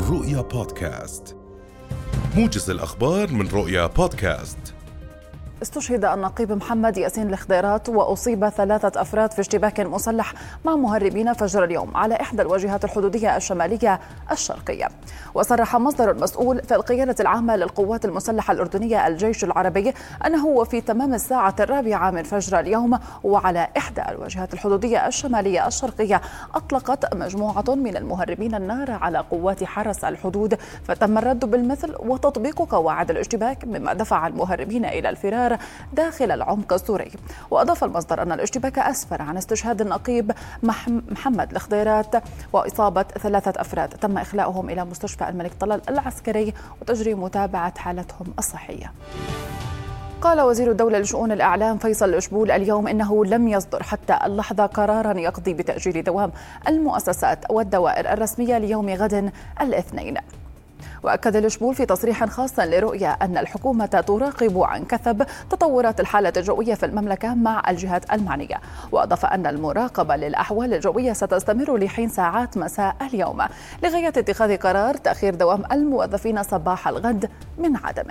رؤيا بودكاست، موجز الأخبار من رؤيا بودكاست. استشهد النقيب محمد ياسين الخضيرات وأصيب 3 أفراد في اشتباك مسلح مع مهربين فجر اليوم على إحدى الواجهات الحدودية الشمالية الشرقية. وصرح مصدر مسؤول في القيادة العامة للقوات المسلحة الأردنية الجيش العربي أنه في تمام الساعة 4 من فجر اليوم وعلى إحدى الواجهات الحدودية الشمالية الشرقية أطلقت مجموعة من المهربين النار على قوات حرس الحدود، فتم الرد بالمثل وتطبيق قواعد الاشتباك، مما دفع المهربين إلى الفرار داخل العمق السوري. وأضاف المصدر أن الاشتباك أسفر عن استشهاد النقيب محمد الخضيرات وإصابة 3 أفراد تم إخلاؤهم إلى مستشفى الملك طلال العسكري وتجري متابعة حالتهم الصحية. قال وزير الدولة لشؤون الإعلام فيصل الأشبول اليوم إنه لم يصدر حتى اللحظة قرارا يقضي بتأجيل دوام المؤسسات والدوائر الرسمية ليوم غد الاثنين. وأكد الأشبول في تصريح خاص لرؤيا أن الحكومة تراقب عن كثب تطورات الحالة الجوية في المملكة مع الجهات المعنية. وأضاف أن المراقبة للأحوال الجوية ستستمر لحين ساعات مساء اليوم لغاية اتخاذ قرار تأخير دوام الموظفين صباح الغد من عدمه.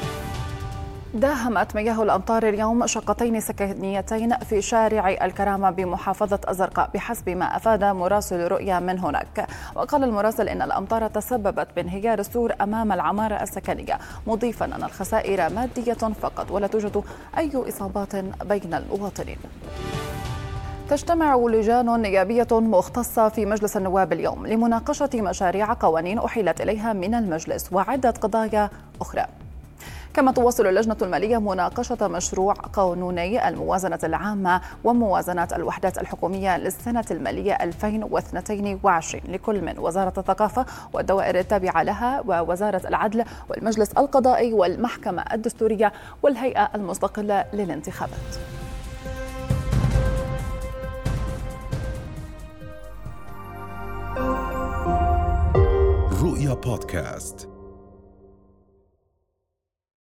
داهمت مياه الأمطار اليوم شقتين سكنيتين في شارع الكرامة بمحافظة الزرقاء بحسب ما أفاد مراسل رؤيا من هناك. وقال المراسل إن الأمطار تسببت بانهيار السور أمام العمارة السكنية، مضيفا أن الخسائر مادية فقط ولا توجد أي إصابات بين المواطنين. تجتمع لجان نيابية مختصة في مجلس النواب اليوم لمناقشة مشاريع قوانين أحيلت إليها من المجلس وعدة قضايا أخرى. كما تواصل اللجنة المالية مناقشة مشروع قانوني الموازنة العامة وموازنات الوحدات الحكومية للسنة المالية 2022 لكل من وزارة الثقافة والدوائر التابعة لها ووزارة العدل والمجلس القضائي والمحكمة الدستورية والهيئة المستقلة للانتخابات. رؤيا بودكاست.